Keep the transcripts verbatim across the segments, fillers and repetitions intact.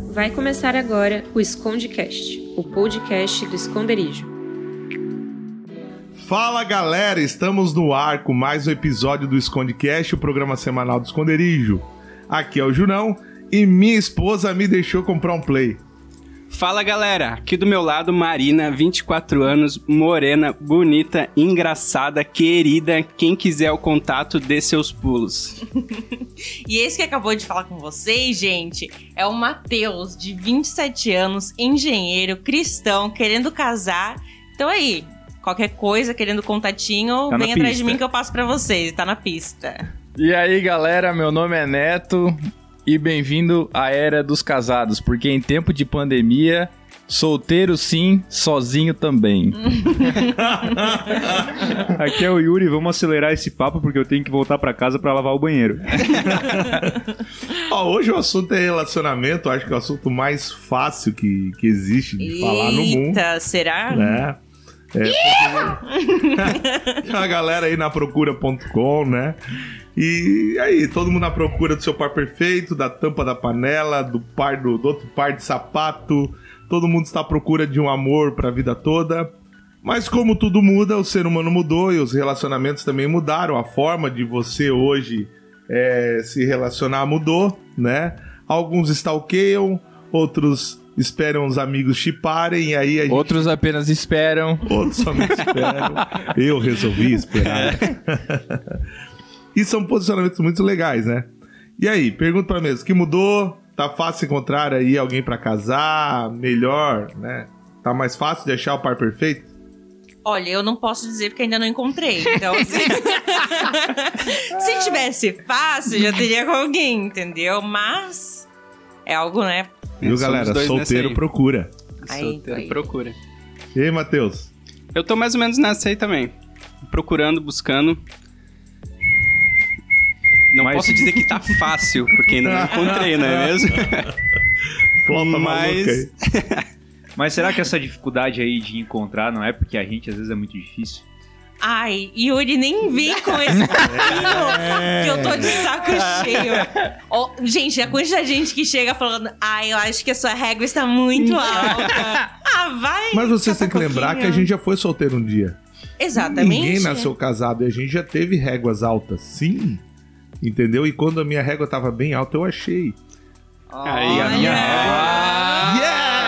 Vai começar agora o Escondecast, o podcast do Esconderijo. Fala galera, estamos no ar com mais um episódio do Escondecast, o programa semanal do Esconderijo. Aqui é o Junão e minha esposa me deixou comprar um Play. Fala galera, aqui do meu lado Marina, vinte e quatro anos, morena, bonita, engraçada, querida, quem quiser o contato dê seus pulos. E esse que acabou de falar com vocês, gente, é o Matheus, de vinte e sete anos, engenheiro, cristão, querendo casar. Então aí, qualquer coisa, querendo contatinho, tá vem atrás de mim que eu passo pra vocês, tá na pista. E aí galera, meu nome é Neto. E bem-vindo à era dos casados, porque em tempo de pandemia, solteiro sim, sozinho também. Aqui é o Yuri, vamos acelerar esse papo porque eu tenho que voltar pra casa pra lavar o banheiro. Ó, hoje o assunto é relacionamento, acho que é o assunto mais fácil que, que existe de Eita, falar no mundo. Eita, será? Né? É, tem uma galera aí na procura ponto com, né? E aí, todo mundo na procura do seu par perfeito, da tampa da panela, do par do, do outro par de sapato. Todo mundo está à procura de um amor pra vida toda. Mas como tudo muda, o ser humano mudou e os relacionamentos também mudaram. A forma de você hoje é, se relacionar mudou, né? Alguns stalkeiam, outros esperam os amigos chiparem, e aí a gente... Outros apenas esperam. Outros somente esperam. Eu resolvi esperar. E são posicionamentos muito legais, né? E aí, pergunta pra mesa, o que mudou? Tá fácil encontrar aí alguém pra casar? Melhor, né? Tá mais fácil de achar o par perfeito? Olha, eu não posso dizer porque ainda não encontrei. Então, assim... se tivesse fácil, já teria com alguém, entendeu? Mas é algo, né? Viu, galera? Solteiro procura. Aí, Solteiro aí. procura. E aí, Matheus? Eu tô mais ou menos nessa aí também. Procurando, buscando. Não Mas... posso dizer que tá fácil, porque ainda não encontrei, não é mesmo? Flota Mas... maluca aí. Mas será que essa dificuldade aí de encontrar não é porque a gente às vezes é muito difícil? Ai, Yuri, nem vem com esse papinho É. que eu tô de saco cheio. Oh, gente, a quantidade de gente que chega falando, ai, eu acho que a sua régua está muito alta. Ah, vai. Mas vocês têm cata que lembrar pouquinho. que a gente já foi solteiro um dia. Exatamente. Ninguém nasceu casado e a gente já teve réguas altas, sim. Entendeu? E quando a minha régua tava bem alta, eu achei. Aí, a Olha. minha régua...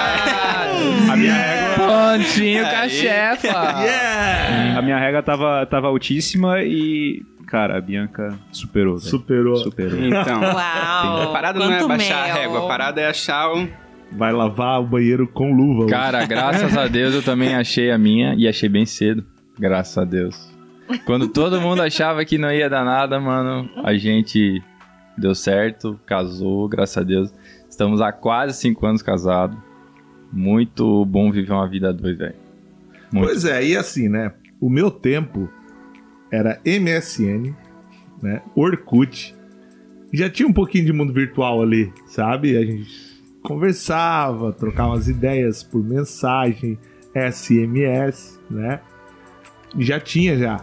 Yeah! A minha régua, Pontinho Aí. cachefa. Yeah! a minha régua tava, tava altíssima e, cara, a Bianca superou. Velho. Superou. Superou. Então, Uau. a parada não é Quanto baixar mel. a régua, a parada é achar um... Vai lavar o banheiro com luva. hoje. Cara, graças a Deus eu também achei a minha e achei bem cedo. Graças a Deus. Quando todo mundo achava que não ia dar nada, mano, a gente deu certo, casou, graças a Deus. Estamos há quase cinco anos casados. Muito bom viver uma vida a dois, velho. Muito. Pois é, e assim, né? O meu tempo era M S N, né? Orkut. Já tinha um pouquinho de mundo virtual ali, sabe? A gente conversava, trocava umas ideias por mensagem, S M S, né? Já tinha já.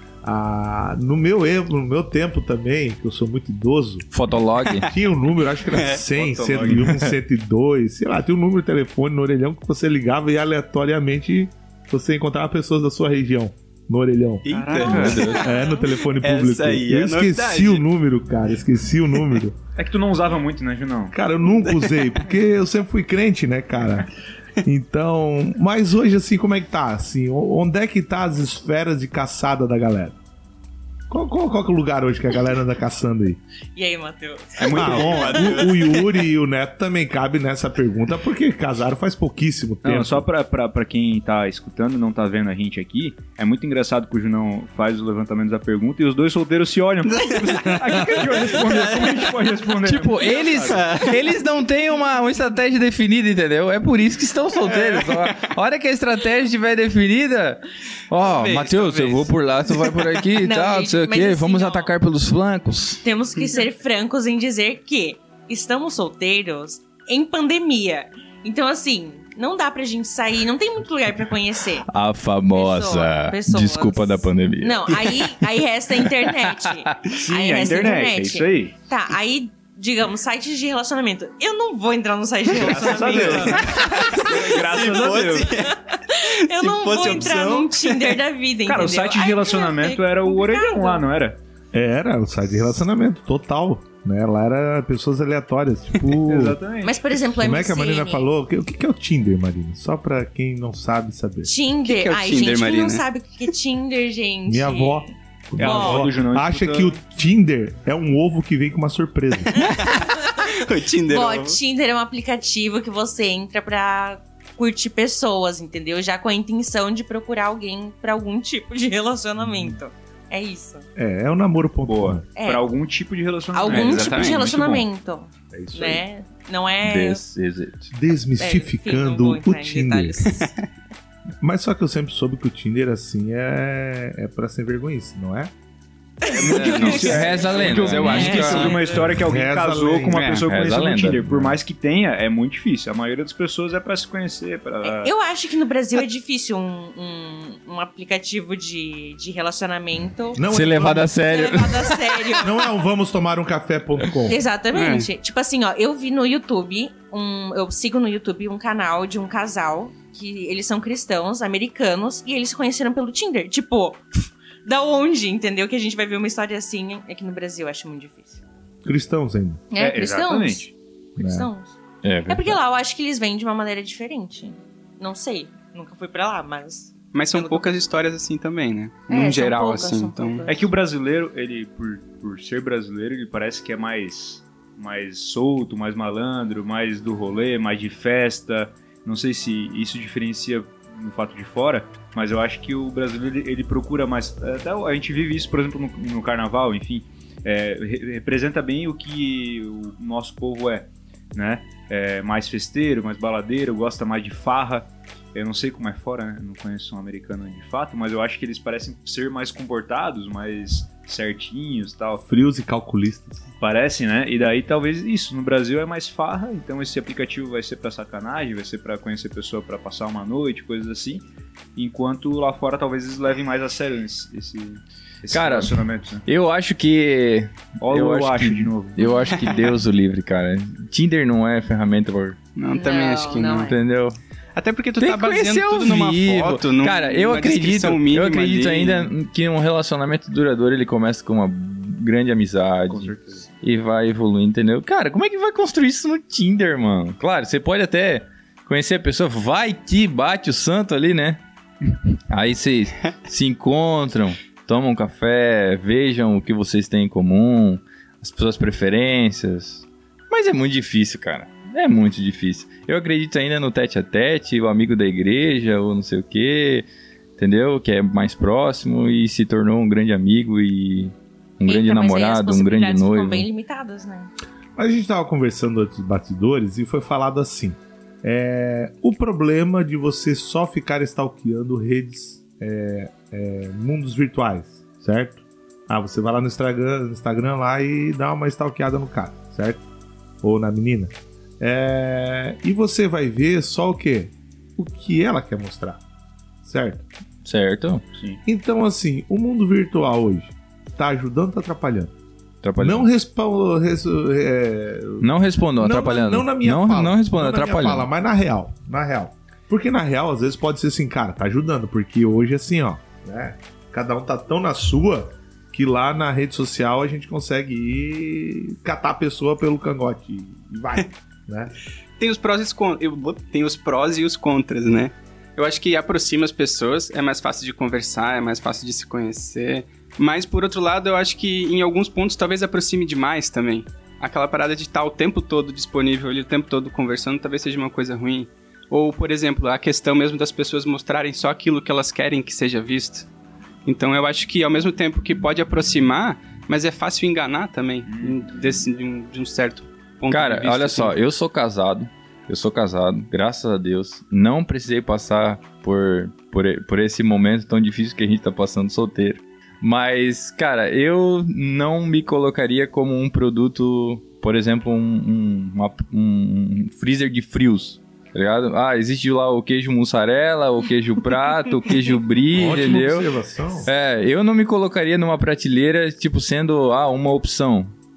Ah, no, meu, no meu tempo também, que eu sou muito idoso, Fotolog. tinha um número, acho que era É, cem, Fotolog. cento e um, cento e dois, sei lá, tinha um número de telefone no orelhão que você ligava e aleatoriamente você encontrava pessoas da sua região no orelhão. Eita. É, no telefone Essa público. aí é eu esqueci novidade. o número, cara, esqueci o número. É que tu não usava muito, né, Junão? Cara, eu nunca usei, porque eu sempre fui crente, né, cara? Então, mas hoje, assim, como é que tá? Assim, onde é que tá as esferas de caçada da galera? Qual, qual, qual que é o lugar hoje que a galera anda caçando aí? E aí, Matheus? É muito Ah, bom. O, o Yuri e o Neto também cabem nessa pergunta, porque casaram faz pouquíssimo tempo. Não, só pra, pra, pra quem tá escutando e não tá vendo a gente aqui, é muito engraçado que o Junão faz o levantamento da pergunta e os dois solteiros se olham. Aqui que a gente vai responder? Como a gente pode responder? Tipo, eles, eles não têm uma, uma estratégia definida, entendeu? É por isso que estão solteiros. A hora que a estratégia estiver definida, ó, Talvez, Matheus, eu talvez. vou por lá, tu vai por aqui e Não, tal, não gente, sei o mas quê. assim, Vamos ó. atacar pelos flancos. Temos que ser francos em dizer que estamos solteiros em pandemia. Então, assim, não dá pra gente sair, não tem muito lugar pra conhecer. A famosa Pessoa- pessoas. desculpa da pandemia. Não, aí, aí resta a internet. Sim, aí a resta internet, é isso aí. Tá, aí digamos, sites de relacionamento. Eu não vou entrar no site de relacionamento. Graças a Deus. Eu Se não vou fosse entrar opção. num Tinder da vida, Cara, entendeu? o site de Ai, relacionamento é era o complicado. orelhão lá, não era? Era o site de relacionamento, total. Né? Lá era pessoas aleatórias, tipo... Exatamente. Mas, por exemplo, Como é que a M C N, Marina falou? O que, o que é o Tinder, Marina? Só pra quem não sabe saber. Tinder. Que que é o Ai, Tinder, gente, quem Marina? não sabe o que é Tinder, gente? Minha avó. É a minha avó do Junão acha escuta- que o Tinder é um ovo que vem com uma surpresa. O Tinder. Bom, ó. Tinder é um aplicativo que você entra pra curtir pessoas, entendeu? Já com a intenção de procurar alguém pra algum tipo de relacionamento. É isso. É, é o namoro ponto com. Boa. É. Pra algum tipo de relacionamento. Algum tipo exatamente, de muito relacionamento, É isso aí. né? Não é... This is it. Desmistificando É, enfim, não vou o entrar em Tinder. detalhes. Mas só que eu sempre soube que o Tinder, assim, é, é pra sem vergonhice, não é? É muito É, difícil. não, é. reza a lenda. Eu, eu acho que É, eu vi uma história que alguém reza a casou com uma lenda. pessoa que É, reza conheceu a no lenda. Tinder. Por mais que tenha, é muito difícil. A maioria das pessoas é pra se conhecer, pra... Eu acho que no Brasil é difícil um, um, um aplicativo de, de relacionamento Não Ser é, levado a ser sério. levado a sério. Não é um vamos tomar um café ponto com. Exatamente. Tipo assim, ó, eu vi no YouTube, um, eu sigo no YouTube um canal de um casal que eles são cristãos, americanos, e eles se conheceram pelo Tinder. Tipo, da onde, entendeu? Que a gente vai ver uma história assim aqui no Brasil, eu acho muito difícil. Cristãos ainda. É, É, cristãos? exatamente. Cristãos. É, É porque lá eu acho que eles vêm de uma maneira diferente. Não sei, nunca fui pra lá, mas... Mas são Pelo poucas histórias assim também, né? É, Num são geral, poucas, assim. são Então, poucas. É que o brasileiro, ele, por, por ser brasileiro, ele parece que é mais, mais solto, mais malandro, mais do rolê, mais de festa. Não sei se isso diferencia no fato de fora, mas eu acho que o brasileiro, ele, ele procura mais... Até a gente vive isso, por exemplo, no, no carnaval, enfim. É, re- representa bem o que o nosso povo é, né? É mais festeiro, mais baladeiro, gosta mais de farra. Eu não sei como é fora, né? Eu não conheço um americano de fato, mas eu acho que eles parecem ser mais comportados, mais certinhos e tal. Frios e calculistas. Parece, né? E daí talvez isso. No Brasil é mais farra, então esse aplicativo vai ser pra sacanagem, vai ser pra conhecer pessoa pra passar uma noite, coisas assim. Enquanto lá fora talvez eles levem mais a sério esse, esse, esse Cara, relacionamento, né? Eu acho que. Olha eu o eu acho acho que- de novo. Eu acho que Deus o livre, cara. Tinder não é ferramenta por. não, também Não, acho que não não. é. Entendeu? Até porque tu Tem tá que conhecer baseando ao tudo numa vivo. foto, num, Cara, eu numa acredito, descrição eu mínima acredito ali. ainda que um relacionamento duradouro ele começa com uma grande amizade Com certeza. e vai evoluindo, entendeu? Cara, como é que vai construir isso no Tinder, mano? Claro, você pode até conhecer a pessoa, vai que bate o santo ali, né? Aí vocês se encontram, tomam um café, vejam o que vocês têm em comum, as suas preferências. Mas é muito difícil, cara. É muito difícil. Eu acredito ainda no tete a tete, o amigo da igreja, ou não sei o quê, entendeu? Que é mais próximo e se tornou um grande amigo e um grande Eita, mas aí as namorado, um grande possibilidades ficam noivo. bem limitadas, né? Mas a gente tava conversando antes dos bastidores e foi falado assim. É, o problema de você só ficar stalkeando redes, é, é, mundos virtuais, certo? Ah, você vai lá no Instagram, no Instagram lá e dá uma stalkeada no cara, certo? Ou na menina. É, e você vai ver só o quê? O que ela quer mostrar, certo? Certo? Sim. Então, assim, o mundo virtual hoje tá ajudando ou tá atrapalhando? Atrapalhando. Não responda. Res, é, Não respondam, não, atrapalhando. Não, na minha não, fala. Não respondam, Não na minha atrapalhando. fala, mas na real. Na real. Porque na real, às vezes pode ser assim, cara, tá ajudando. Porque hoje, assim, ó, né? Cada um tá tão na sua que lá na rede social a gente consegue ir catar a pessoa pelo cangote e vai, né? Tem os prós e os con- eu vou- tem os prós e os contras, né? Eu acho que aproxima as pessoas, é mais fácil de conversar, é mais fácil de se conhecer. Mas, por outro lado, eu acho que em alguns pontos talvez aproxime demais também. Aquela parada de estar o tempo todo disponível ali, o tempo todo conversando, talvez seja uma coisa ruim. Ou, por exemplo, a questão mesmo das pessoas mostrarem só aquilo que elas querem que seja visto. Então, eu acho que ao mesmo tempo que pode aproximar, mas é fácil enganar também, desse, de, um, de um certo ponto Cara, de vista. olha assim. só, eu sou casado. Eu sou casado, graças a Deus. Não precisei passar por, por, por esse momento tão difícil que a gente tá passando solteiro. Mas, cara, eu não me colocaria como um produto, por exemplo, um, um, uma- um freezer de frios, tá ligado? Ah, existe lá o queijo mussarela, o queijo prato, o queijo brie, Ótima entendeu? observação. É, eu não me colocaria numa prateleira, tipo, sendo, ah, uma opção.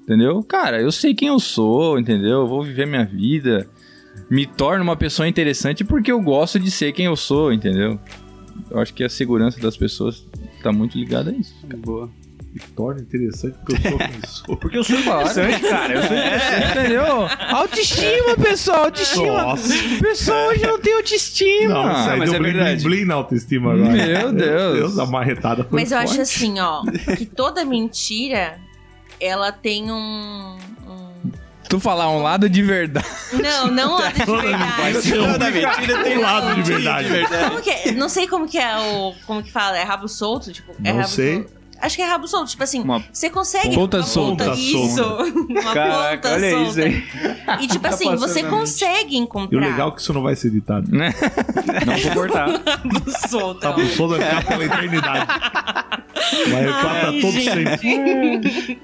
entendeu? Cara, eu sei quem eu sou, entendeu? Eu vou viver minha vida. Me torno uma pessoa interessante porque eu gosto de ser quem eu sou, entendeu? Eu acho que a segurança das pessoas tá muito ligada a isso. Boa. Me torna interessante porque eu sou quem sou. Porque eu sou interessante, cara. Eu sou interessante. Entendeu? Autoestima, pessoal, autoestima. Nossa. O pessoal hoje não tem autoestima. Não, isso aí mas deu é blim, verdade. blim, blim na autoestima agora. Meu Deus. Deus, a marretada foi Mas eu forte. acho assim, ó, que toda mentira, ela tem um... um- Tu falar um lado de verdade. Não, não lado de verdade. Toda mentira tem um lado de verdade. Como que é? Não sei como que é o... Como que fala? É rabo solto? Tipo, é Não rabo sei. solto. Acho que é rabo solto. Tipo assim, Uma você consegue... ponta uma solta. Ponta, isso. Uma Caraca, ponta olha solta. isso aí. E tipo Tá assim, passando você na mente. consegue E o encontrar legal é que isso não vai ser editado. Né? Não vou cortar. rabo solto. Tá, o som vai ficar pela eternidade. Vai recuar pra Ai, todo gente. sempre.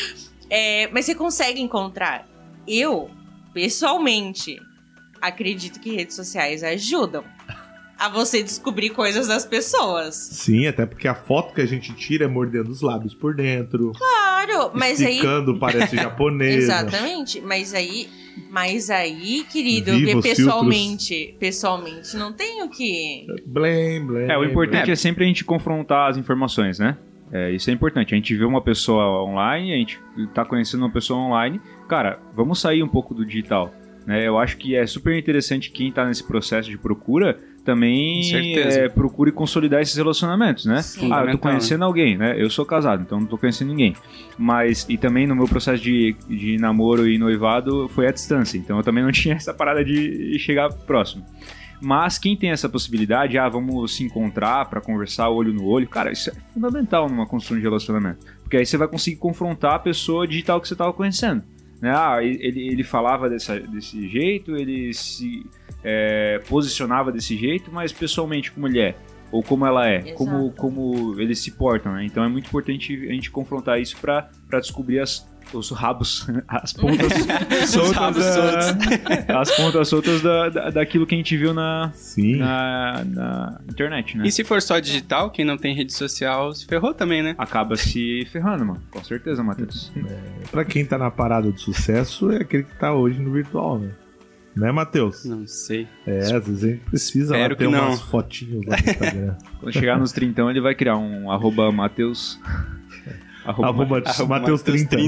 É, mas você consegue encontrar. Eu, pessoalmente, acredito que redes sociais ajudam a você descobrir coisas das pessoas. Sim, até porque a foto que a gente tira é mordendo os lábios por dentro. Claro, mas aí... Esticando, parece japonesa. Exatamente, mas aí... Mas aí, querido, Viva eu os pessoalmente, pessoalmente, não tenho que... Blém, blém. É, o importante blém. é sempre a gente confrontar as informações, né? É, isso é importante. A gente vê uma pessoa online, a gente tá conhecendo uma pessoa online. Cara, vamos sair um pouco do digital, né? Eu acho que é super interessante quem tá nesse processo de procura também Com certeza. é, procure consolidar esses relacionamentos, né? Sim. Ah, eu tô Fundamental, conhecendo alguém, né? Eu sou casado, então não tô conhecendo ninguém. Mas, e também no meu processo de, de namoro e noivado foi à distância, então eu também não tinha essa parada de chegar próximo. Mas quem tem essa possibilidade, ah, vamos se encontrar pra conversar olho no olho, cara, isso é fundamental numa construção de relacionamento. Porque aí você vai conseguir confrontar a pessoa digital que você tava conhecendo. Né? Ah, ele, ele falava dessa, desse jeito, ele se é, posicionava desse jeito, mas pessoalmente como ele é, ou como ela é, como, como eles se portam, né? Então é muito importante a gente confrontar isso pra, pra descobrir as, os rabos, as pontas soltas, rabos da, as pontas soltas da, da, daquilo que a gente viu na, Sim. na, na internet, né? E se for só digital, quem não tem rede social se ferrou também, né? Acaba se ferrando, mano. Com certeza, Matheus. Pra quem tá na parada de sucesso, é aquele que tá hoje no virtual, né? Né, Matheus? Não sei. É, às vezes a gente precisa lá Espero ter que não. umas fotinhos lá no Instagram. Quando chegar nos trintão, ele vai criar um arroba Matheus... Arroba, Arroba Matheus trinta.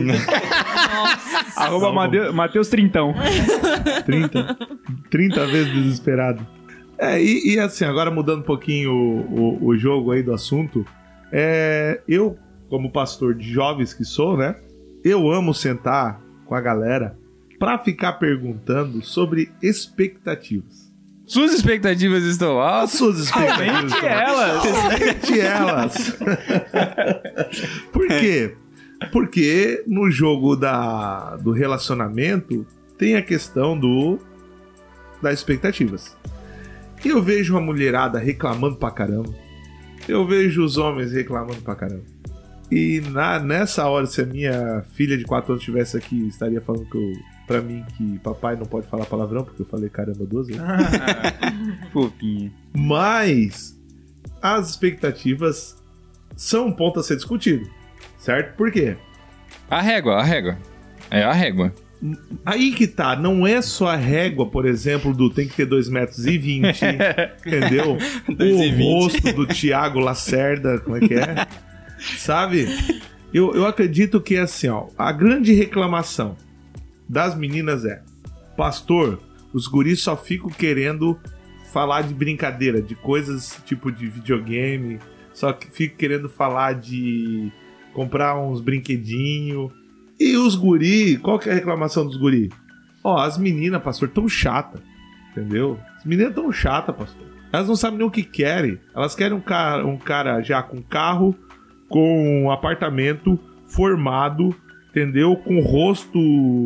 Nossa. arroba Made- Matheus Trintão. trinta. trinta vezes desesperado. É, e, e assim, agora mudando um pouquinho o, o, o jogo aí do assunto, é, eu, como pastor de jovens que sou, né? Eu amo sentar com a galera pra ficar perguntando sobre expectativas. Suas expectativas estão As altas. suas expectativas. Somente elas. Somente elas. Por quê? Porque no jogo da, do relacionamento tem a questão do das expectativas. Eu vejo uma mulherada reclamando pra caramba. Eu vejo os homens reclamando pra caramba. E na, nessa hora, se a minha filha de quatro anos estivesse aqui, estaria falando que eu, pra mim que papai não pode falar palavrão, porque eu falei caramba duas vezes. Fofinho. Mas as expectativas são um ponto a ser discutido, certo? Por quê? A régua, a régua. É a régua. Aí que tá, não é só a régua, por exemplo, do tem que ter dois metros e vinte, entendeu? dois e O vinte. rosto do Thiago Lacerda, como é que é? Sabe? Eu, eu acredito que é assim, ó, a grande reclamação das meninas é: pastor, os guris só ficam querendo falar de brincadeira, de coisas tipo de videogame, só que ficam querendo falar de comprar uns brinquedinhos. E os guri, qual que é a reclamação dos guri? Ó, as meninas, pastor, tão chata, entendeu? As meninas tão chata, pastor. Elas não sabem nem o que querem. Elas querem um cara, um cara já com carro, com um apartamento formado, entendeu? Com o rosto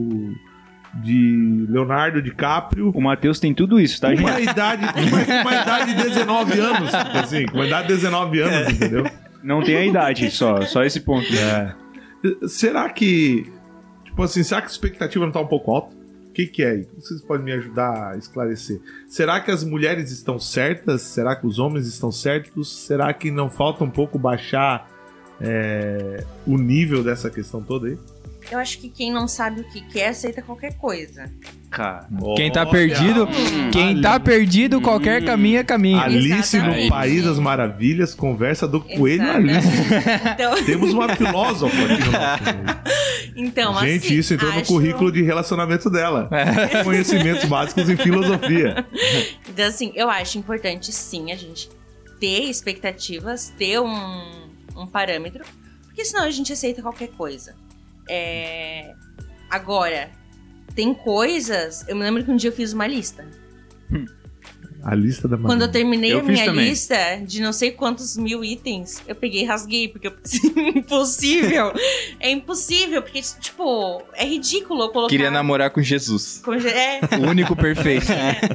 de Leonardo DiCaprio. O Matheus tem tudo isso, tá, gente? Uma idade, uma, uma idade de dezenove anos, assim, com uma idade de dezenove anos, entendeu? Não tem a idade, só, só esse ponto. É. Será que, tipo assim, será que a expectativa não tá um pouco alta? O que que é aí? Vocês podem me ajudar a esclarecer. Será que as mulheres estão certas? Será que os homens estão certos? Será que não falta um pouco baixar é, o nível dessa questão toda aí? Eu acho que quem não sabe o que quer, aceita qualquer coisa. Cara. Quem tá Olha, perdido, quem tá perdido, qualquer caminho é caminho. Alice no Exatamente. País das Maravilhas, conversa do Coelho Exato. Alice. Então, Temos uma filósofa aqui no nosso então Gente, assim, isso entrou no acho- currículo de relacionamento dela. Conhecimentos básicos em filosofia. Então, assim, eu acho importante, sim, a gente ter expectativas, ter um, um parâmetro, porque senão a gente aceita qualquer coisa. É... Agora, tem coisas... Eu me lembro que um dia eu fiz uma lista. A lista da Quando eu terminei Eu a fiz minha também. lista de não sei quantos mil itens, eu peguei e rasguei, porque eu pensei, impossível. É impossível, porque, tipo, é ridículo eu colocar... Queria namorar com Jesus. com- É, O único perfeito.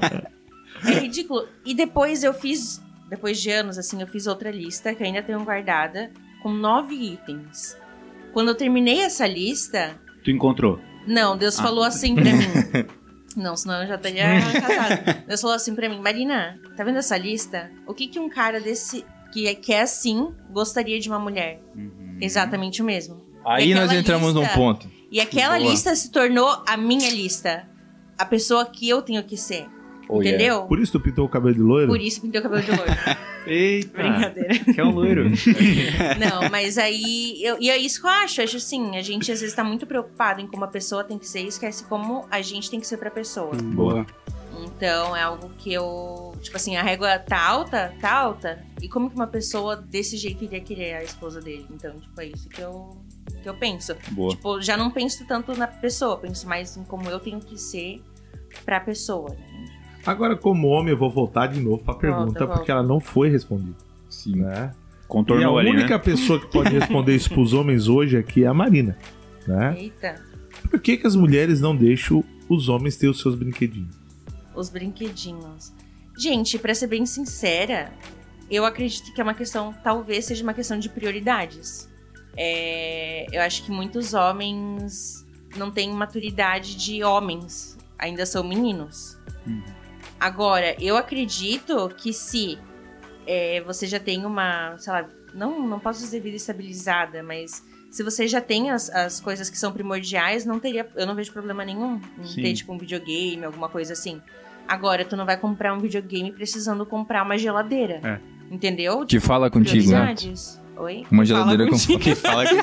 é ridículo. E depois eu fiz, depois de anos, assim, eu fiz outra lista, que eu ainda tenho guardada, com nove itens. Quando eu terminei essa lista, Tu encontrou. não, Deus Ah. falou assim pra mim. Não, senão eu já teria casado. Deus falou assim pra mim, Marina, tá vendo essa lista? O que que um cara desse, que é, que é assim, gostaria de uma mulher? Uhum. Exatamente o mesmo. Aí E nós aquela entramos lista- num ponto. E aquela Boa. lista se tornou a minha lista. A pessoa que eu tenho que ser. Oh, yeah. entendeu? Por isso tu pintou o cabelo de loiro? Por isso pintei o cabelo de loiro. Eita. Brincadeira. Que é um loiro. Não, mas aí... Eu, e é isso que eu acho. Eu acho assim, a gente às vezes tá muito preocupado em como a pessoa tem que ser e esquece como a gente tem que ser pra pessoa. Boa. Então, é algo que eu... Tipo assim, a régua tá alta? Tá alta. E como que uma pessoa desse jeito iria querer a esposa dele? Então, tipo, é isso que eu, que eu penso. Boa. Tipo, já não penso tanto na pessoa. Penso mais em como eu tenho que ser pra pessoa, né? Agora, como homem, eu vou voltar de novo pra pergunta, volta. porque ela não foi respondida. Sim. Né? E a Contornou ali, única né? pessoa que pode responder isso pros homens hoje aqui é a Marina. Né? Eita. Por que, que as mulheres não deixam os homens ter os seus brinquedinhos? Os brinquedinhos. Gente, pra ser bem sincera, eu acredito que é uma questão, talvez seja uma questão de prioridades. É, eu acho que muitos homens não têm maturidade de homens, ainda são meninos. Agora, eu acredito que se é, você já tem uma, sei lá, não, não posso dizer vida estabilizada, mas se você já tem as, as coisas que são primordiais, não teria, eu não vejo problema nenhum em Sim. ter, tipo, um videogame, alguma coisa assim. Agora, tu não vai comprar um videogame precisando comprar uma geladeira. É. Entendeu? Que fala contigo, né? Prioridades. Oi? Uma Fala geladeira com- contigo. Que fala que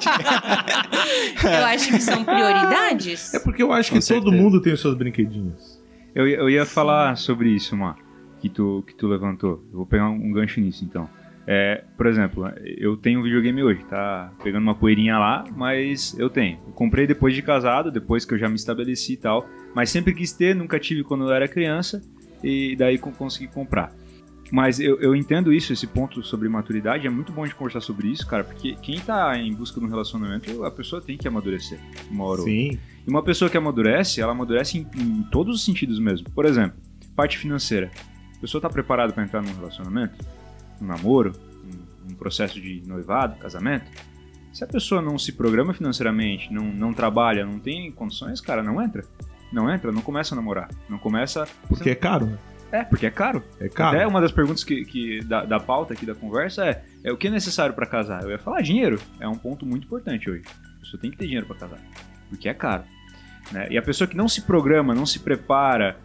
Eu acho que são prioridades. É porque eu acho Com que todo certeza. mundo tem os seus brinquedinhos. Eu, ia- eu ia falar sobre isso, Má, que tu, que tu levantou. Eu vou pegar um, um gancho nisso, então. É, por exemplo, eu tenho um videogame hoje, tá pegando uma poeirinha lá, mas eu tenho. Eu comprei depois de casado, depois que eu já me estabeleci e tal, mas sempre quis ter, nunca tive quando eu era criança, e daí co- consegui comprar. Mas eu, eu entendo isso, esse ponto sobre maturidade, é muito bom de conversar sobre isso, cara, porque quem tá em busca de um relacionamento, a pessoa tem que amadurecer, uma hora ou outra. Sim. E uma pessoa que amadurece, ela amadurece em, em todos os sentidos mesmo. Por exemplo, parte financeira. A pessoa está preparada para entrar num relacionamento, um namoro, um, um processo de noivado, casamento. Se a pessoa não se programa financeiramente, não, não trabalha, não tem condições, cara, não entra. Não entra, não começa a namorar. Não começa... Porque é caro, né? É, porque é caro. É caro. Até uma das perguntas que, que da, da pauta aqui da conversa é, é o que é necessário para casar? Eu ia falar dinheiro. É um ponto muito importante hoje. A pessoa tem que ter dinheiro para casar. Porque é caro. Né? E a pessoa que não se programa, não se prepara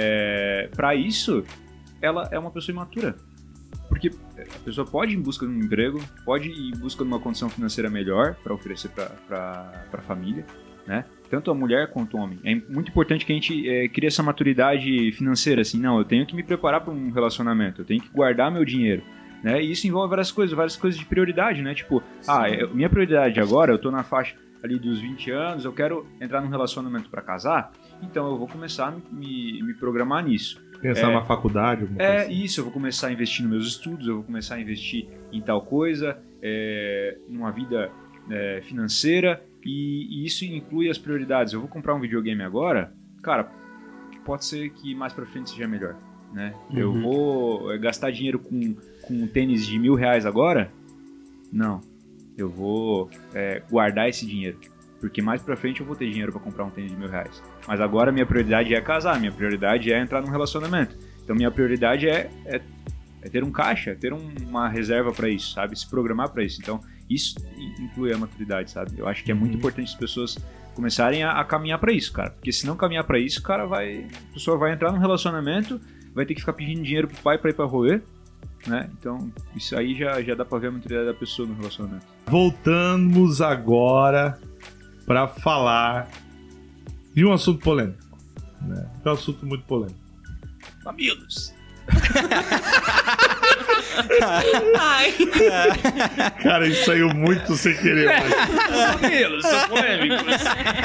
é, para isso, ela é uma pessoa imatura. Porque a pessoa pode ir em busca de um emprego, pode ir em busca de uma condição financeira melhor para oferecer para a família, né? Tanto a mulher quanto o homem. É muito importante que a gente é, crie essa maturidade financeira, assim, não, eu tenho que me preparar para um relacionamento, eu tenho que guardar meu dinheiro, né? E isso envolve várias coisas, várias coisas de prioridade, né? Tipo, Sim. ah, eu- minha prioridade agora, eu tô na faixa ali dos vinte anos, eu quero entrar num relacionamento para casar, então eu vou começar a me, me, me programar nisso. Pensar É. na faculdade, alguma coisa É assim. isso, eu vou começar a investir nos meus estudos, eu vou começar a investir em tal coisa, é, numa vida é, financeira, e, e isso inclui as prioridades. Eu vou comprar um videogame agora, cara, pode ser que mais pra frente seja melhor, né? Eu Uhum. vou é, gastar dinheiro com, com um tênis de mil reais agora? Não. Eu vou é, guardar esse dinheiro. Porque mais pra frente eu vou ter dinheiro pra comprar um tênis de mil reais. Mas agora minha prioridade é casar, minha prioridade é entrar num relacionamento. Então minha prioridade é, é, é ter um caixa, ter um- uma reserva pra isso, sabe? Se programar pra isso. Então isso in- inclui a maturidade, sabe? Eu acho que é muito Uhum. importante as pessoas começarem a, a caminhar pra isso, cara. Porque se não caminhar pra isso, o cara vai... A pessoa vai entrar num relacionamento, vai ter que ficar pedindo dinheiro pro pai pra ir pra rolê, né? Então, isso aí já, já dá pra ver a maturidade da pessoa no relacionamento. Voltamos agora pra falar de um assunto polêmico, né? É um assunto muito polêmico. Mamilos! Ai. Cara, isso saiu muito sem querer. Mas... Mamilos, são polêmicos.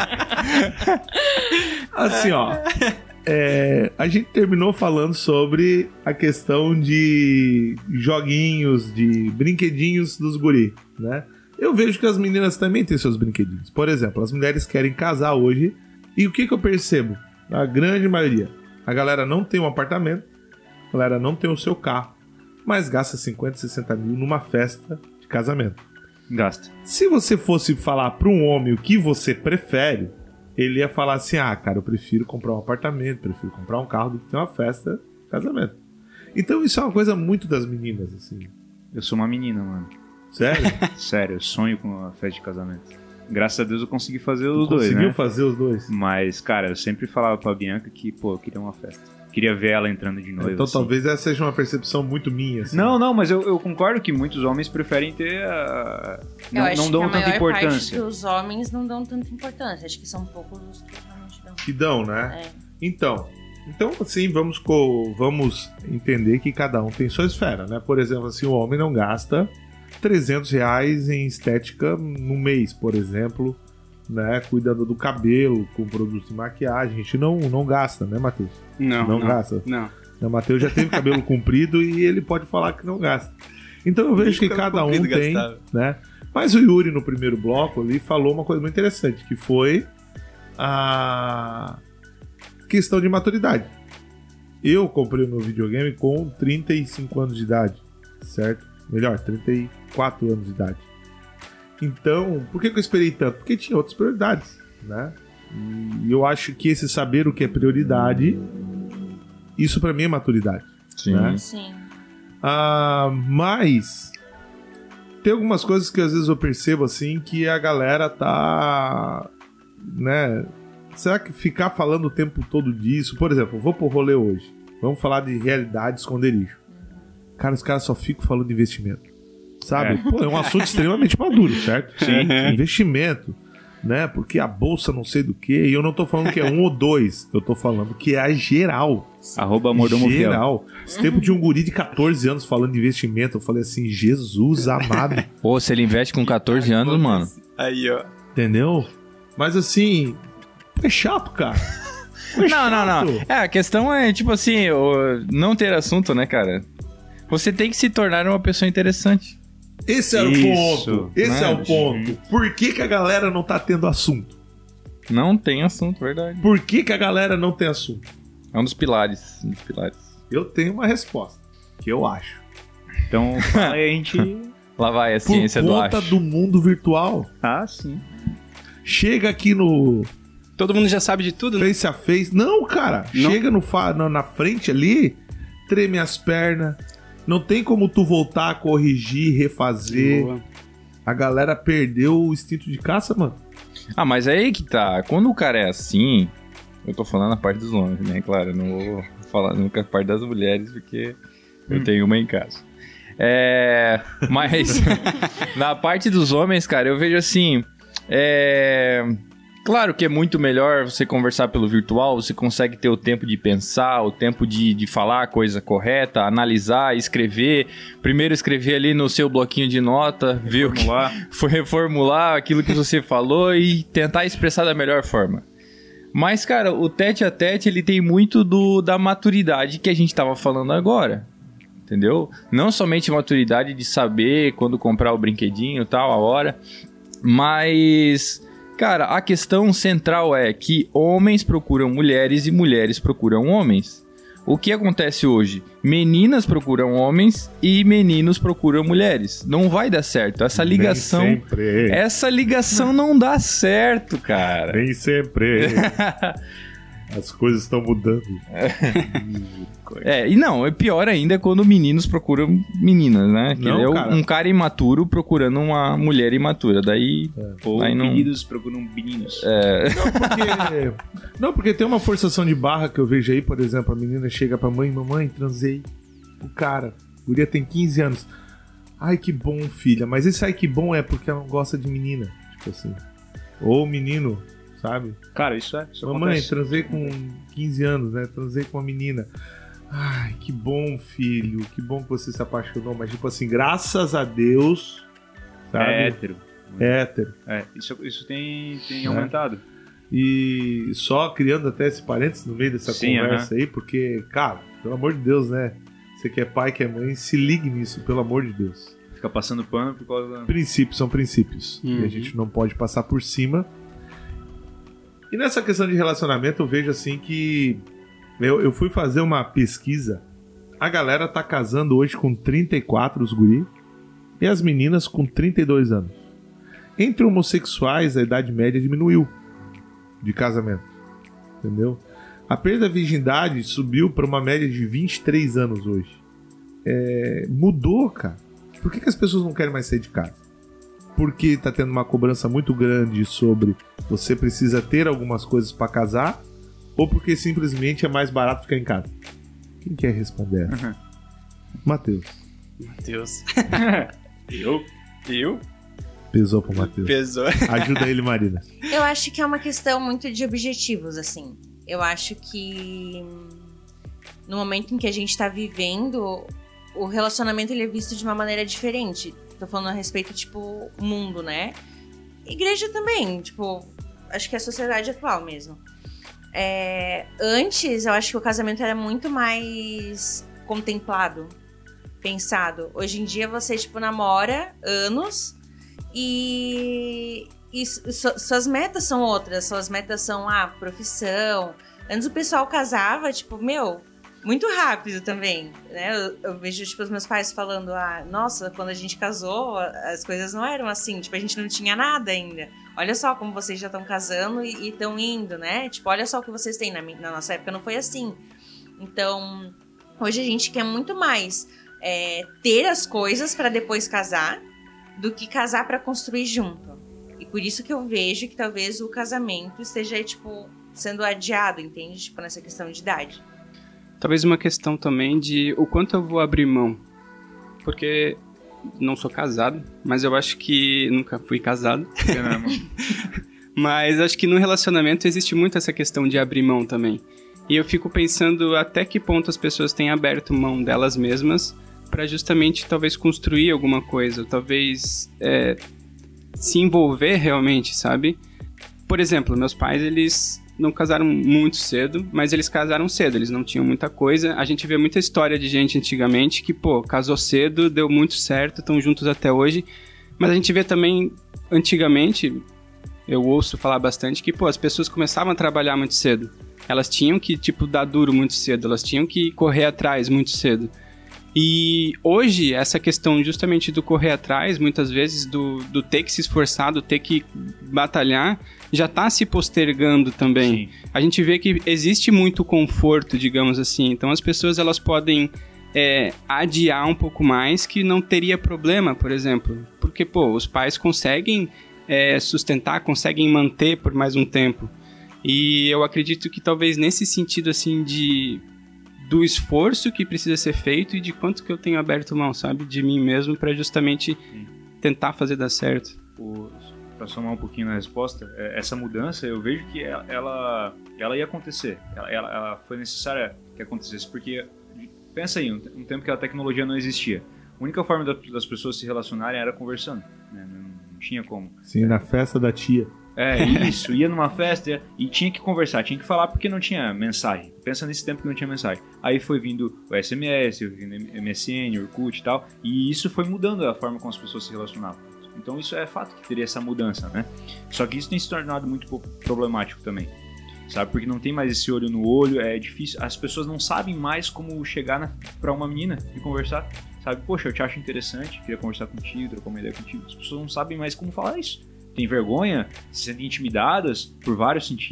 Assim, ó. É, a gente terminou falando sobre a questão de joguinhos, de brinquedinhos dos guri, né? Eu vejo que as meninas também têm seus brinquedinhos. Por exemplo, as mulheres querem casar hoje. E o que, que eu percebo? A grande maioria. A galera não tem um apartamento. A galera não tem o seu carro. Mas gasta cinquenta, sessenta mil numa festa de casamento. Gasta. Se você fosse falar para um homem o que você prefere, ele ia falar assim, ah, cara, eu prefiro comprar um apartamento, prefiro comprar um carro do que ter uma festa de casamento. Então isso é uma coisa muito das meninas, assim. Eu sou uma menina, mano. Sério? Sério, eu sonho com a festa de casamento. Graças a Deus eu consegui fazer os Conseguiu dois, né? Conseguiu fazer os dois? Mas, cara, eu sempre falava pra Bianca que, pô, eu queria uma festa. Queria ver ela entrando de noiva. Então assim. talvez essa seja uma percepção muito minha, assim. Não, não, mas eu, eu concordo que muitos homens preferem ter a... Eu Não, acho não dão que a tanta maior importância. parte dos homens não dão tanta importância. Acho que são poucos os que realmente dão. Que dão, né? É. Então, então assim, vamos, co- vamos entender que cada um tem sua esfera, né? Por exemplo, assim, o homem não gasta trezentos reais em estética no mês, por exemplo, né? Cuidando do cabelo, com produtos de maquiagem. A gente não, não gasta, né, Matheus? Não, Não não, gasta? Não. O Matheus já teve cabelo comprido e ele pode falar que não gasta. Então eu vejo que Cabelo cada um comprido tem, gastava. né? Mas o Yuri, no primeiro bloco, ali, falou uma coisa muito interessante, que foi a questão de maturidade. Eu comprei o meu videogame com trinta e cinco anos de idade, certo? Melhor, trinta e quatro anos de idade. Então, por que que eu esperei tanto? Porque tinha outras prioridades, né? E eu acho que esse saber o que é prioridade, isso pra mim é maturidade. Sim. Né? Sim. Ah, mas tem algumas coisas que às vezes eu percebo assim que a galera tá, né? Será que ficar falando o tempo todo disso? Por exemplo, eu vou pro rolê hoje. Vamos falar de realidade esconderijo. Cara, os caras só ficam falando de investimento. Sabe? É. Pô, é um assunto extremamente maduro, certo? Sim. Investimento, né? Porque a bolsa não sei do que. E eu não tô falando que é um ou dois. Eu tô falando que é a geral. Arroba mordomo fiel. Geral. Esse tempo de um guri de catorze anos falando de investimento, eu falei assim, Jesus amado. Ou se ele investe com catorze anos, mano. Aí, ó. Entendeu? Mas assim, é chato, cara. É Não, não, não. chato. É, a questão é, tipo assim, o- não ter assunto, né, cara? Você tem que se tornar uma pessoa interessante. Esse era Isso, o ponto. Esse né? é o ponto. Por que, que a galera não tá tendo assunto? Não tem assunto, verdade. Por que, que a galera não tem assunto? É um dos pilares. Um dos pilares. Eu tenho uma resposta. Que eu acho. Então, fala aí, a gente... Lá vai a Por ciência do conta acho. do mundo virtual. Ah, sim. Chega aqui no Todo mundo já sabe de tudo, né? face a face. Não, cara. Não? Chega no fa- na, na frente ali, treme as pernas. Não tem como tu voltar a corrigir, refazer. Boa. A galera perdeu o instinto de caça, mano. Ah, mas é aí que tá. Quando o cara é assim, eu tô falando a parte dos homens, né? Claro, eu não vou falar nunca a parte das mulheres, porque eu tenho uma em casa. É. Mas na parte dos homens, cara, eu vejo assim. É. Claro que é muito melhor você conversar pelo virtual, você consegue ter o tempo de pensar, o tempo de, de falar a coisa correta, analisar, escrever. Primeiro escrever ali no seu bloquinho de nota, ver o que Reformular. foi reformular aquilo que você falou e tentar expressar da melhor forma. Mas, cara, o tete a tete, ele tem muito do, da maturidade que a gente tava falando agora. Entendeu? Não somente maturidade de saber quando comprar o brinquedinho e tal, a hora, mas... Cara, a questão central é que homens procuram mulheres e mulheres procuram homens. O que acontece hoje? Meninas procuram homens e meninos procuram mulheres. Não vai dar certo. Essa ligação... Nem sempre. Essa ligação não dá certo, cara. Nem sempre. As coisas estão mudando. É, e não, é pior ainda quando meninos procuram meninas, né? Que Não, é o- cara. um cara imaturo procurando uma mulher imatura. Daí. Ou Aí não- meninos procuram meninos. Porque, não, porque tem uma forçação de barra que eu vejo aí, por exemplo, a menina chega pra mãe, mamãe, transei. O cara, a guria tem quinze anos. Ai, que bom, filha. Mas esse ai, que bom é porque ela não gosta de menina. Tipo assim. Ou menino, sabe? Cara, isso é. Isso Mamãe, acontece. transei com quinze anos, né? Transei com uma menina. Ai, que bom, filho. Que bom que você se apaixonou. Mas, tipo assim, graças a Deus, sabe? É hétero. É hétero. É, isso, isso tem, tem É. aumentado. E só criando até esse parênteses no meio dessa Sim, conversa aí, porque, cara, pelo amor de Deus, né? Você que é pai, que é mãe, se ligue nisso, pelo amor de Deus. Fica passando pano por causa da... Princípios são princípios. E Uhum. a gente não pode passar por cima. E nessa questão de relacionamento, eu vejo assim que eu, eu fui fazer uma pesquisa. A galera tá casando hoje com trinta e quatro, os guri, e as meninas com trinta e dois anos. Entre homossexuais, a idade média diminuiu de casamento. Entendeu? A perda da virgindade subiu para uma média de vinte e três anos hoje. É, mudou, cara. Por que, que as pessoas não querem mais sair de casa? Porque tá tendo uma cobrança muito grande sobre você precisa ter algumas coisas para casar, ou porque simplesmente é mais barato ficar em casa? Quem quer responder essa? Uhum. Matheus. Matheus. Eu? Eu? Pesou pro Matheus. Pesou. Ajuda ele, Marina. Eu acho que é uma questão muito de objetivos, assim. Eu acho que no momento em que a gente tá vivendo, o relacionamento ele é visto de uma maneira diferente. Tô falando a respeito, tipo, mundo, né? Igreja também, tipo, acho que é a sociedade atual mesmo. É, antes, eu acho que o casamento era muito mais contemplado, pensado. Hoje em dia, você, tipo, namora anos e, e su- suas metas são outras. Suas metas são, ah, profissão. Antes o pessoal casava, tipo, meu, muito rápido também, né? Eu, eu vejo, tipo, os meus pais falando, ah, nossa, quando a gente casou, as coisas não eram assim, tipo, a gente não tinha nada ainda. Olha só como vocês já estão casando e estão indo, né? Tipo, olha só o que vocês têm. Na, mi- na nossa época não foi assim. Então, hoje a gente quer muito mais é, ter as coisas para depois casar do que casar para construir junto. E por isso que eu vejo que talvez o casamento esteja, tipo, sendo adiado, entende? Tipo, nessa questão de idade. Talvez uma questão também de o quanto eu vou abrir mão. Porque não sou casado, mas eu acho que... Nunca fui casado. Mas acho que no relacionamento existe muito essa questão de abrir mão também. E eu fico pensando até que ponto as pessoas têm aberto mão delas mesmas para justamente talvez construir alguma coisa, talvez é, se envolver realmente, sabe? Por exemplo, meus pais, eles não casaram muito cedo, mas eles casaram cedo, eles não tinham muita coisa. A gente vê muita história de gente antigamente que, pô, casou cedo, deu muito certo, estão juntos até hoje. Mas a gente vê também, antigamente, eu ouço falar bastante que, pô, as pessoas começavam a trabalhar muito cedo. Elas tinham que, tipo, dar duro muito cedo, elas tinham que correr atrás muito cedo. E hoje, essa questão justamente do correr atrás, muitas vezes, do, do ter que se esforçar, do ter que batalhar, já está se postergando também. Sim. A gente vê que existe muito conforto, digamos assim. Então, as pessoas elas podem é, adiar um pouco mais, que não teria problema, por exemplo. Porque, pô, os pais conseguem é, sustentar, conseguem manter por mais um tempo. E eu acredito que talvez nesse sentido, assim, de... do esforço que precisa ser feito e de quanto que eu tenho aberto mão, sabe? De mim mesmo para justamente tentar fazer dar certo. Para somar um pouquinho na resposta, essa mudança eu vejo que ela, ela, ela ia acontecer. Ela, ela, ela foi necessária que acontecesse, porque pensa aí, um, um tempo que a tecnologia não existia. A única forma da, das pessoas se relacionarem era conversando, né? não, não tinha como. Sim, na festa da tia. É, isso, ia numa festa e tinha que conversar, tinha que falar porque não tinha mensagem. Pensa nesse tempo que não tinha mensagem. Aí foi vindo o S M S, o M S N, o Orkut e tal, e isso foi mudando a forma como as pessoas se relacionavam. Então isso é fato que teria essa mudança, né? Só que isso tem se tornado muito problemático também, sabe? Porque não tem mais esse olho no olho, é difícil, as pessoas não sabem mais como chegar na, pra uma menina e conversar, sabe? Poxa, eu te acho interessante, queria conversar contigo, trocar uma ideia contigo. As pessoas não sabem mais como falar isso. Tem vergonha, se sentem intimidadas por vários sentidos,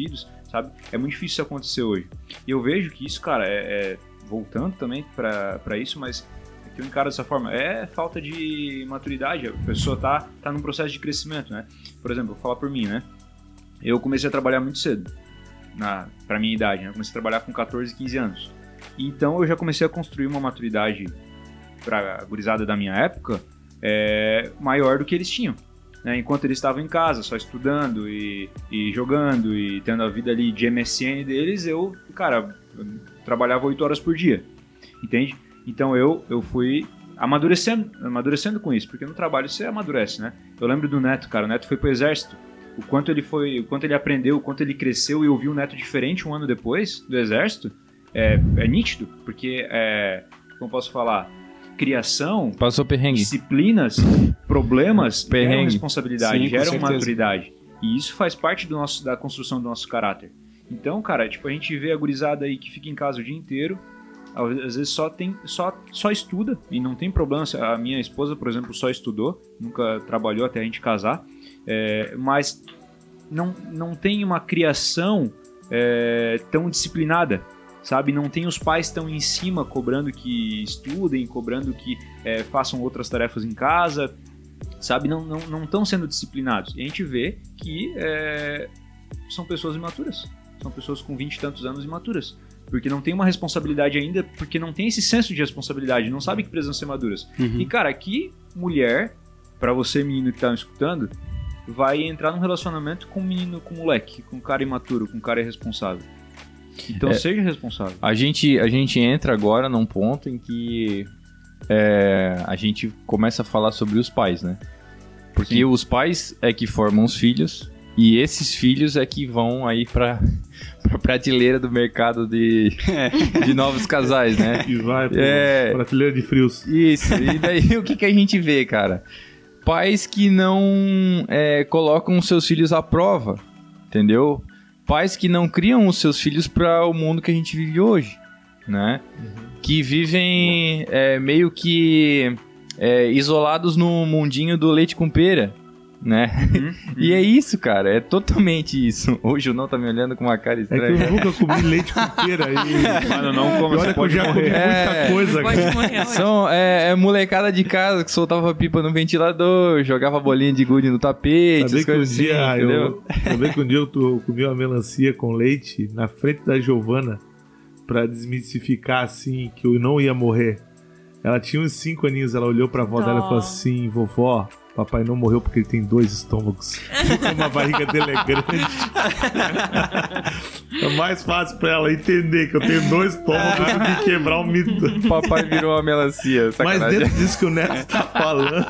sabe? É muito difícil isso acontecer hoje. E eu vejo que isso, cara, é, é voltando também pra, pra isso, mas é que eu encaro dessa forma, é falta de maturidade, a pessoa tá, tá num processo de crescimento, né? Por exemplo, vou falar por mim, né? Eu comecei a trabalhar muito cedo, na, pra minha idade, né? Eu comecei a trabalhar com catorze, quinze anos. Então eu já comecei a construir uma maturidade pra gurizada da minha época é, maior do que eles tinham. Né? Enquanto eles estavam em casa, só estudando e, e jogando e tendo a vida ali de M S N deles, eu, cara, eu trabalhava oito horas por dia, entende? Então eu, eu fui amadurecendo, amadurecendo com isso, porque no trabalho você amadurece, né? Eu lembro do Neto, cara, o Neto foi pro exército, o quanto ele foi, o quanto ele aprendeu, o quanto ele cresceu, e eu vi o Neto diferente um ano depois do exército, é, é nítido, porque, é, como posso falar, criação, passou perrengue, disciplinas, problemas, perrengue, geram responsabilidade, Sim, geram certeza. maturidade, e isso faz parte do nosso, da construção do nosso caráter. Então, cara, tipo, a gente vê a gurizada aí que fica em casa o dia inteiro, às vezes só tem só, só estuda e não tem problema. A minha esposa, por exemplo, só estudou, nunca trabalhou até a gente casar, é, mas não, não tem uma criação é, tão disciplinada, sabe? Não tem os pais tão em cima cobrando que estudem, cobrando que é, façam outras tarefas em casa, sabe? Não não não estão sendo disciplinados. E a gente vê que é, são pessoas imaturas, são pessoas com vinte e tantos anos imaturas. Porque não tem uma responsabilidade ainda, porque não tem esse senso de responsabilidade, não sabe que precisam ser maduras. Uhum. E, cara, que mulher, pra você, menino que tá me escutando, vai entrar num relacionamento com um menino, com um moleque, com um cara imaturo, com um cara irresponsável. Então, É, seja responsável. A gente, a gente entra agora num ponto em que é, a gente começa a falar sobre os pais, né? Porque Sim. os pais é que formam os filhos, e esses filhos é que vão aí pra, pra prateleira do mercado de, de novos casais, né? E vai pra É. prateleira de frios. Isso, e daí o que, que a gente vê, cara? Pais que não é, colocam seus filhos à prova, entendeu? Pais que não criam os seus filhos para o mundo que a gente vive hoje, né? Que vivem é, meio que é, isolados no mundinho do leite com pera, né? E é isso, cara, é totalmente isso. Hoje o não tá me olhando com uma cara É que estranha. eu nunca comi leite com pera aí. Mano, não como, E você olha que eu pode já comi morrer. muita É. coisa, Pode cara. morrer hoje. São, é, é molecada de casa que soltava pipa no ventilador, jogava bolinha de gude no tapete, Sabia essas que um coisas dia assim, eu, entendeu? sabia que um dia eu, tô- eu comi uma melancia com leite na frente da Giovana pra desmistificar assim que eu não ia morrer. Ela tinha uns cinco aninhos, ela olhou pra avó Dó. dela e falou assim: vovó, papai não morreu porque ele tem dois estômagos. Como a barriga dele é grande. É mais fácil pra ela entender que eu tenho dois estômagos do que quebrar o mito. Papai virou uma melancia, Mas sacanagem. dentro disso que o Neto tá falando.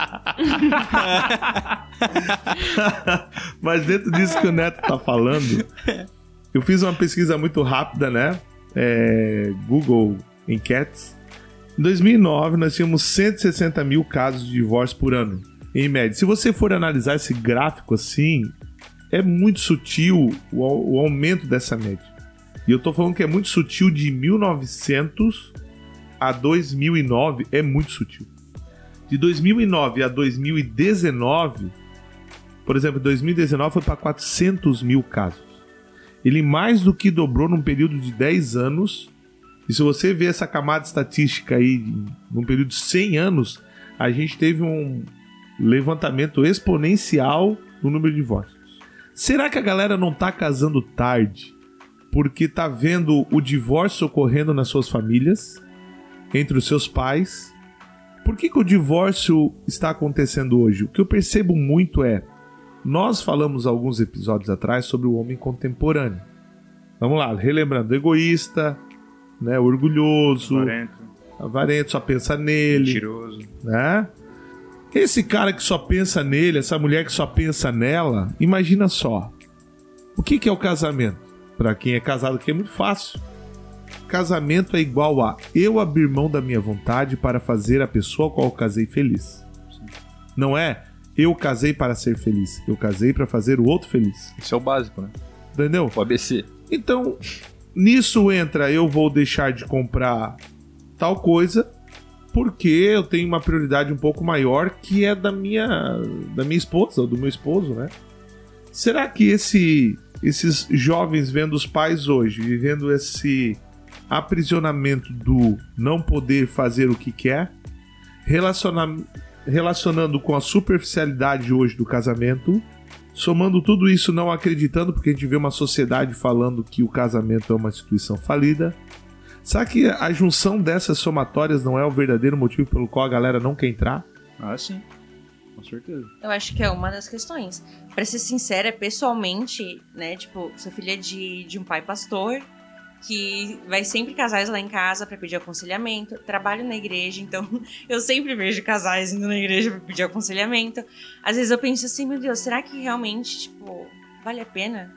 Mas dentro disso que o Neto tá falando, eu fiz uma pesquisa muito rápida, né? É, Google Enquetes. Em dois mil e nove, nós tínhamos cento e sessenta mil casos de divórcio por ano, em média. Se você for analisar esse gráfico assim, é muito sutil o, au- o aumento dessa média. E eu tô falando que é muito sutil de mil e novecentos a dois mil e nove, é muito sutil. De dois mil e nove a dois mil e dezenove, por exemplo, dois mil e dezenove foi para quatrocentos mil casos. Ele mais do que dobrou num período de dez anos. E se você ver essa camada estatística aí, num período de cem anos, a gente teve um levantamento exponencial no número de divórcios. Será que a galera não tá casando tarde porque tá vendo o divórcio ocorrendo nas suas famílias, entre os seus pais? Por que que o divórcio está acontecendo hoje? O que eu percebo muito é, nós falamos alguns episódios atrás sobre o homem contemporâneo. Vamos lá, relembrando, egoísta, né, orgulhoso, Avarento, avarento, só pensa nele, mentiroso. né? Esse cara que só pensa nele, essa mulher que só pensa nela, imagina só. O que que é o casamento? Pra quem é casado aqui é muito fácil. Casamento é igual a eu abrir mão da minha vontade para fazer a pessoa com a qual eu casei feliz. Não é eu casei para ser feliz, eu casei para fazer o outro feliz. Isso é o básico, né? Entendeu? O A B C. Então, nisso entra eu vou deixar de comprar tal coisa porque eu tenho uma prioridade um pouco maior que é da minha da minha esposa ou do meu esposo, né? Será que esse, esses jovens vendo os pais hoje, vivendo esse aprisionamento do não poder fazer o que quer, relaciona, relacionando com a superficialidade hoje do casamento, somando tudo isso, não acreditando, porque a gente vê uma sociedade falando que o casamento é uma instituição falida. Será que a junção dessas somatórias não é o verdadeiro motivo pelo qual a galera não quer entrar? Ah, sim. Com certeza. Eu acho que é uma das questões. Pra ser sincera, pessoalmente, né? Tipo, sou filha de, de um pai pastor, que vai sempre casais lá em casa pra pedir aconselhamento. Trabalho na igreja, então eu sempre vejo casais indo na igreja pra pedir aconselhamento. Às vezes eu penso assim, meu Deus, será que realmente, tipo, vale a pena?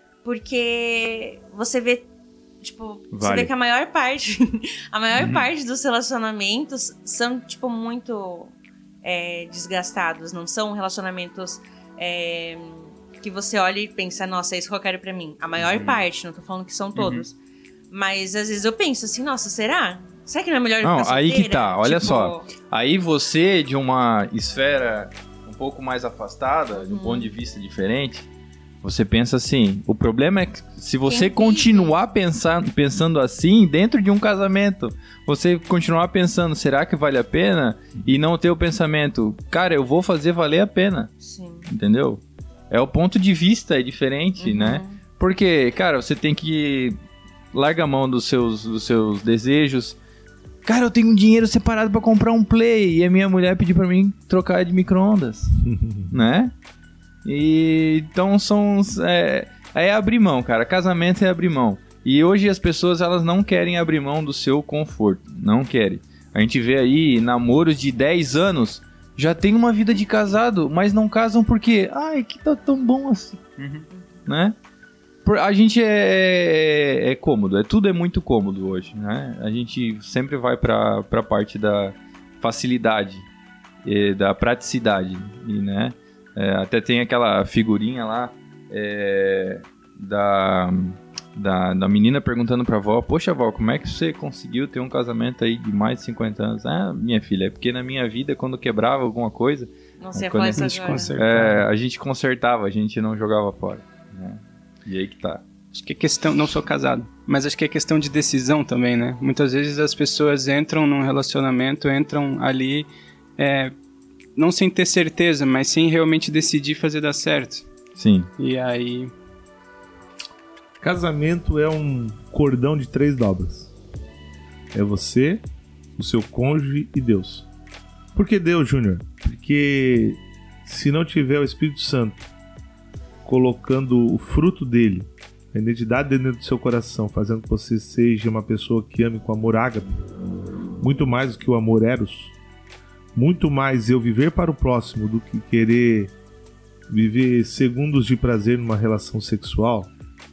Porque você vê, tipo, Vale. você vê que a maior parte, a maior Uhum. parte dos relacionamentos são, tipo, muito é, desgastados. Não são relacionamentos é, que você olha e pensa, nossa, é isso que eu quero pra mim. A maior Uhum. parte, não tô falando que são todos. Mas às vezes eu penso assim, nossa, será? Será que não é melhor eu Não, ficar aí que solteira? tá, olha Tipo, só. Aí você, de uma esfera um pouco mais afastada, de um Uhum. ponto de vista diferente, você pensa assim, o problema é que se você Quem continuar pensar, pensando assim dentro de um casamento, você continuar pensando, será que vale a pena? E não ter o pensamento, cara, eu vou fazer valer a pena, Sim. entendeu? É o ponto de vista, é diferente, Uhum. né? Porque, cara, você tem que larga a mão dos seus, dos seus desejos. Cara, eu tenho um dinheiro separado pra comprar um Play e a minha mulher pediu pra mim trocar de micro-ondas, né? E então são é, é abrir mão, cara. Casamento é abrir mão. E hoje as pessoas elas não querem abrir mão do seu conforto, não querem. A gente vê aí namoros de dez anos já tem uma vida de casado, mas não casam porque, ai, que tá tão bom assim, Uhum. né? Por- A gente é, é, é cômodo, é, tudo é muito cômodo hoje, né? A gente sempre vai pra, pra parte da facilidade, e da praticidade, e, né? É, até tem aquela figurinha lá é, da, da, da menina perguntando pra avó, poxa avó, como é que você conseguiu ter um casamento aí de mais de cinquenta anos? Ah, minha filha, é porque na minha vida, quando quebrava alguma coisa, Nossa, eu ia Quando falar a isso gente agora. conserta. é, a gente consertava, a gente não jogava fora, né? E aí que tá. Acho que é questão, não sou casado, mas acho que é questão de decisão também, né? Muitas vezes as pessoas entram num relacionamento, entram ali, é, não sem ter certeza, mas sem realmente decidir fazer dar certo. Sim. E aí, Casamento é um cordão de três dobras. É você, o seu cônjuge e Deus. Por que Deus, Júnior? Porque se não tiver o Espírito Santo colocando o fruto dele, a identidade dentro do seu coração, fazendo que você seja uma pessoa que ame com amor ágape, muito mais do que o amor eros, muito mais eu viver para o próximo do que querer viver segundos de prazer numa relação sexual.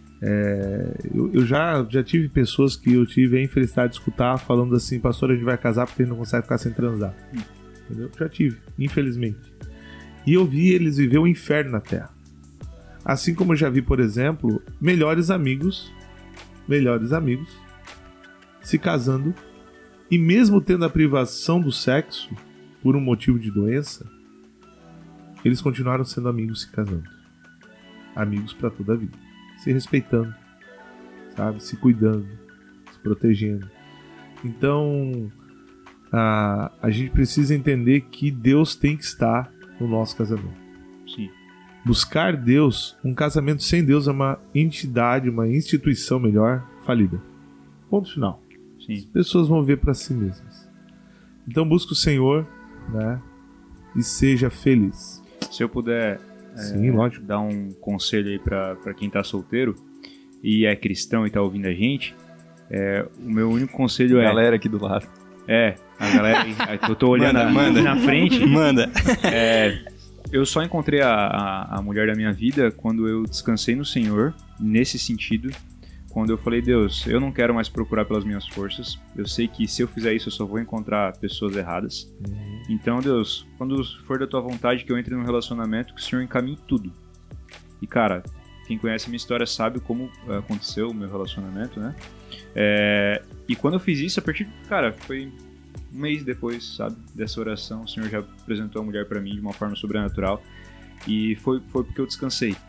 É, eu eu já, já tive pessoas que eu tive a infelicidade de escutar falando assim, pastor, a gente vai casar porque a gente não consegue ficar sem transar. Entendeu? Já tive, infelizmente. E eu vi eles viver o inferno na Terra. Assim como eu já vi, por exemplo, melhores amigos, melhores amigos, se casando e mesmo tendo a privação do sexo por um motivo de doença, eles continuaram sendo amigos se casando. Amigos para toda a vida. Se respeitando, sabe? Se cuidando, se protegendo. Então, a, a gente precisa entender que Deus tem que estar no nosso casamento. Sim. Buscar Deus, um casamento sem Deus é uma entidade, uma instituição melhor, falida. Ponto final. As Sim. pessoas vão ver para si mesmas. Então busque o Senhor, né? E seja feliz. Se eu puder é, Sim, lógico. dar um conselho aí pra, pra quem tá solteiro e é cristão e tá ouvindo a gente, é, o meu único conselho é... Galera aqui do lado. É, a galera aí, eu tô olhando Manda, aqui manda. na frente. manda. É, eu só encontrei a, a, a mulher da minha vida quando eu descansei no Senhor, nesse sentido, quando eu falei, Deus, eu não quero mais procurar pelas minhas forças, eu sei que se eu fizer isso eu só vou encontrar pessoas erradas, então Deus, quando for da tua vontade que eu entre num relacionamento, que o Senhor encaminhe tudo. E cara, quem conhece a minha história sabe como uh, aconteceu o meu relacionamento, né? É, e quando eu fiz isso, a partir, cara, foi um mês depois, sabe, dessa oração, o Senhor já apresentou a mulher pra mim de uma forma sobrenatural e foi, foi porque eu descansei.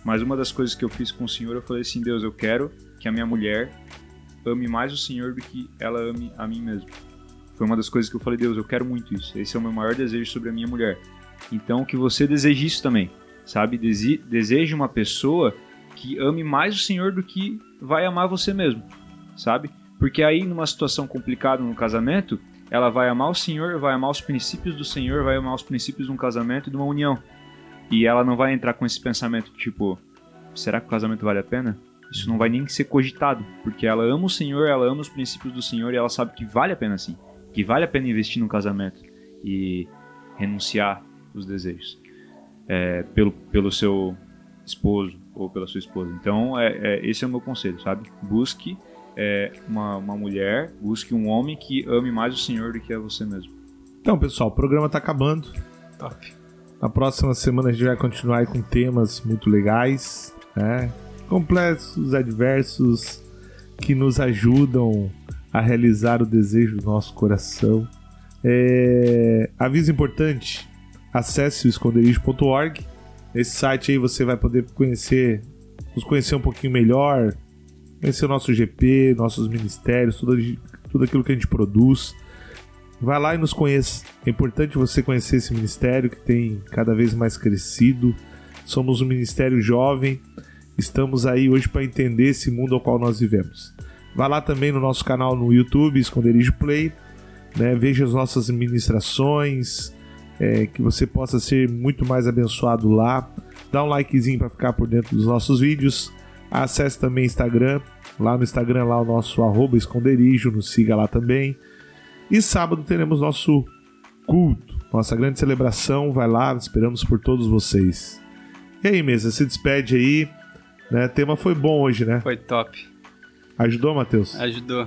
Mas uma das coisas que eu fiz com o Senhor, eu falei assim, Deus, eu quero que a minha mulher ame mais o Senhor do que ela ame a mim mesmo. Foi uma das coisas que eu falei, Deus, eu quero muito isso. Esse é o meu maior desejo sobre a minha mulher. Então, que você deseje isso também, sabe? Dese- deseje uma pessoa que ame mais o Senhor do que vai amar você mesmo, sabe? Porque aí, numa situação complicada no casamento, ela vai amar o Senhor, vai amar os princípios do Senhor, vai amar os princípios de um casamento e de uma união. E ela não vai entrar com esse pensamento, tipo, será que o casamento vale a pena? Isso não vai nem ser cogitado, porque ela ama o Senhor, ela ama os princípios do Senhor e ela sabe que vale a pena sim. Que vale a pena investir no casamento e renunciar os desejos é, pelo, pelo seu esposo ou pela sua esposa. Então, é, é, esse é o meu conselho, sabe? Busque é, uma, uma mulher, busque um homem que ame mais o Senhor do que a você mesmo. Então, pessoal, o programa tá acabando. Top. Na próxima semana a gente vai continuar aí com temas muito legais, né? Complexos, adversos, que nos ajudam a realizar o desejo do nosso coração. É... Aviso importante, acesse o esconderijo ponto org. Nesse site aí você vai poder conhecer, nos conhecer um pouquinho melhor, conhecer o nosso G P, nossos ministérios, tudo, tudo aquilo que a gente produz. Vai lá e nos conheça. É importante você conhecer esse ministério que tem cada vez mais crescido. Somos um ministério jovem. Estamos aí hoje para entender esse mundo ao qual nós vivemos. Vai lá também no nosso canal no YouTube, Esconderijo Play, né? Veja as nossas ministrações, é, que você possa ser muito mais abençoado lá. Dá um likezinho para ficar por dentro dos nossos vídeos. Acesse também o Instagram. Lá no Instagram, lá o nosso arroba esconderijo, nos siga lá também. E sábado teremos nosso culto, nossa grande celebração. Vai lá, esperamos por todos vocês. E aí, mesa, se despede aí. Né? O tema foi bom hoje, né? Foi top. Ajudou, Matheus? Ajudou.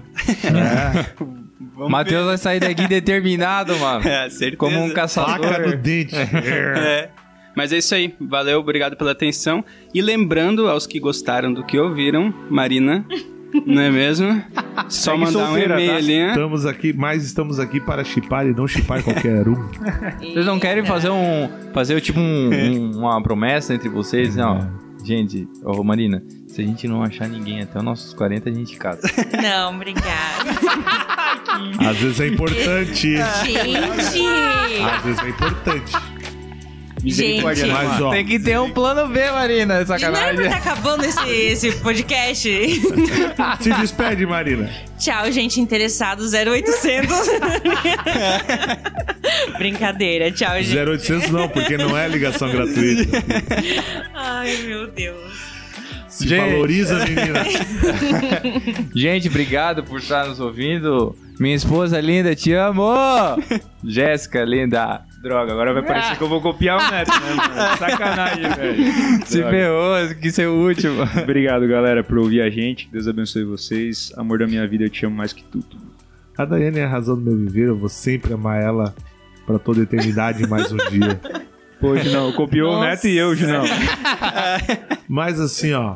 É. Matheus vai sair daqui determinado, mano. É, certeza. Como um caçador. Faca no dente. É. Mas é isso aí. Valeu, obrigado pela atenção. E lembrando aos que gostaram do que ouviram, Marina, não é mesmo? Só Segue mandar solteira, um e-mail tá? ali, né? Estamos aqui, mas estamos aqui para chipar e não chipar qualquer um. Vocês não querem fazer um. Fazer tipo um, um- uma promessa entre vocês? Não. Gente, ô Marina, se a gente não achar ninguém até os nossos quarenta, a gente casa. Não, obrigada. Às vezes é importante. Gente! Às vezes é importante. Misericórdia, Gente. né, Mas, mano? ó, Tem que ter um plano B, Marina, é Não era pra sacanagem. estar acabando esse, esse podcast? se despede, Marina. Tchau, gente interessado, zero oitocentos. Brincadeira, tchau, gente. zero oitocentos não, porque não é ligação gratuita. Ai, meu Deus. Se Gente. valoriza, menina. Gente, obrigado por estar nos ouvindo. Minha esposa linda, te amo! Jéssica, linda. Droga, agora vai parecer que eu vou copiar o Neto, né, mano? Sacanagem, velho. Se Droga. ferrou, quis ser o último. Obrigado, galera, por ouvir a gente. Deus abençoe vocês. Amor da minha vida, eu te amo mais que tudo. A Daiane é a razão do meu viver. Eu vou sempre amar ela para toda a eternidade mais um dia. Pô, Junão, copiou o Neto e eu, Junão. Mas assim, ó.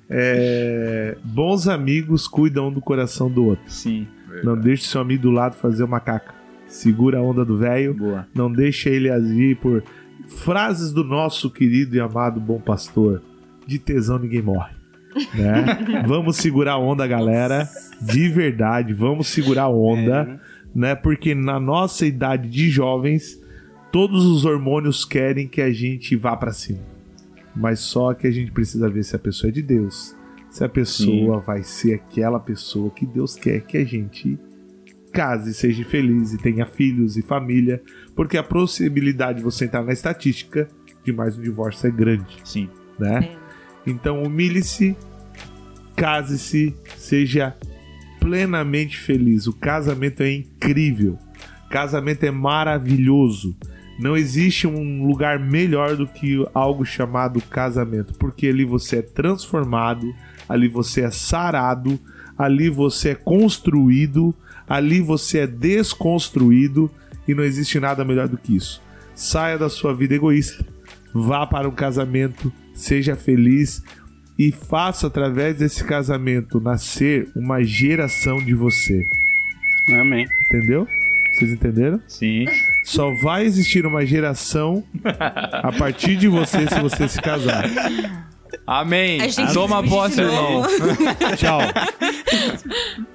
é, Bons amigos cuidam um do coração do outro. Sim, Não deixe seu amigo do lado fazer uma caca. Segura a onda do velho. boa. Não deixe ele agir por frases do nosso querido e amado bom pastor. De tesão ninguém morre. Né? Vamos segurar a onda, galera. De verdade, vamos segurar a onda. Né? Porque na nossa idade de jovens, todos os hormônios querem que a gente vá pra cima. Mas só que a gente precisa ver se a pessoa é de Deus. Se a pessoa vai ser aquela pessoa que Deus quer que a gente case, seja feliz e tenha filhos e família, porque a possibilidade de você entrar na estatística de mais um divórcio é grande, Sim. né? Então humilhe-se, case-se, seja plenamente feliz. O casamento é incrível, casamento é maravilhoso. Não existe um lugar melhor do que algo chamado casamento, porque ali você é transformado, ali você é sarado, ali você é construído, ali você é desconstruído e não existe nada melhor do que isso. Saia da sua vida egoísta, vá para um casamento, seja feliz e faça através desse casamento nascer uma geração de você. Amém. Entendeu? Vocês entenderam? Sim. Só vai existir uma geração a partir de você se você se casar. Amém. A gente tem que Toma se despedir posse, de novo. irmão. Tchau.